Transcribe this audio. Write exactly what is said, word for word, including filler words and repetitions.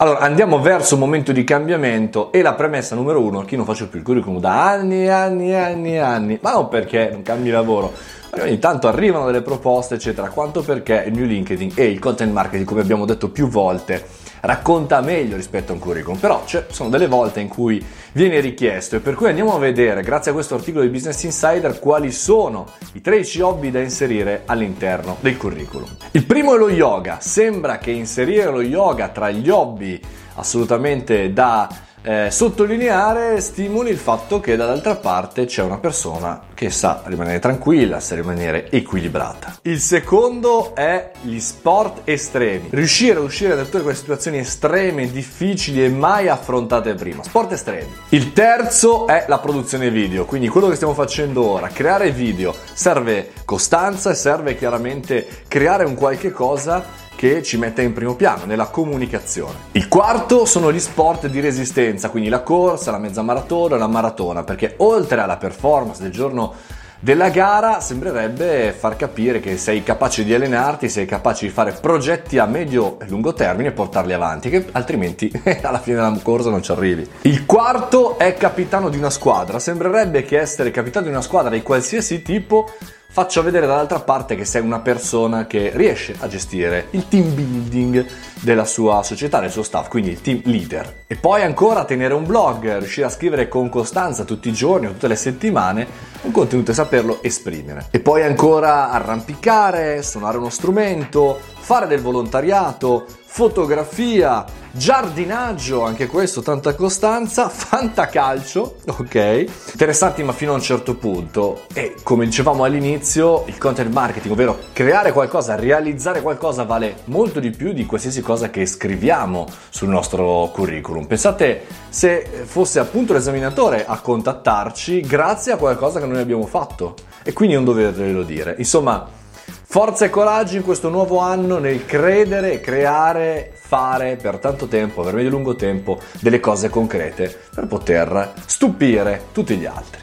Allora, andiamo verso un momento di cambiamento e la premessa numero uno, che io non faccio più il curriculum da anni e anni e anni e anni, ma non perché non cambi lavoro, perché ogni tanto arrivano delle proposte eccetera, quanto perché il mio LinkedIn e il content marketing, come abbiamo detto più volte, racconta meglio rispetto a un curriculum, però ci sono delle volte in cui viene richiesto e per cui andiamo a vedere, grazie a questo articolo di Business Insider, quali sono i tredici hobby da inserire all'interno del curriculum. Il primo è lo yoga. Sembra che inserire lo yoga tra gli hobby assolutamente da eh, sottolineare stimoli il fatto che dall'altra parte c'è una persona che sa rimanere tranquilla, sa rimanere equilibrata. Il secondo è gli sport estremi. Riuscire a uscire da tutte quelle situazioni estreme, difficili e mai affrontate prima. Sport estremi. Il terzo è la produzione video, quindi quello che stiamo facendo ora, creare video. Serve costanza e serve chiaramente creare un qualche cosa che ci mette in primo piano nella comunicazione. Il quarto sono gli sport di resistenza, quindi la corsa, la mezza maratona, la maratona, perché oltre alla performance del giorno della gara sembrerebbe far capire che sei capace di allenarti, sei capace di fare progetti a medio e lungo termine e portarli avanti, che altrimenti alla fine della corsa non ci arrivi. Il quarto è capitano di una squadra. Sembrerebbe che essere capitano di una squadra di qualsiasi tipo faccia vedere dall'altra parte che sei una persona che riesce a gestire il team building della sua società, del suo staff, quindi il team leader. E poi ancora tenere un blog, riuscire a scrivere con costanza tutti i giorni o tutte le settimane un contenuto e saperlo esprimere. E poi ancora arrampicare, suonare uno strumento, fare del volontariato, fotografia, giardinaggio, anche questo tanta costanza, fantacalcio, ok? Interessanti ma fino a un certo punto. E come dicevamo all'inizio, il content marketing, ovvero creare qualcosa, realizzare qualcosa, vale molto di più di qualsiasi cosa che scriviamo sul nostro curriculum. Pensate se fosse appunto l'esaminatore a contattarci grazie a qualcosa che noi abbiamo fatto e quindi non doverglielo dire. Insomma, forza e coraggio in questo nuovo anno nel credere, creare, fare per tanto tempo, per medio e lungo tempo, delle cose concrete per poter stupire tutti gli altri.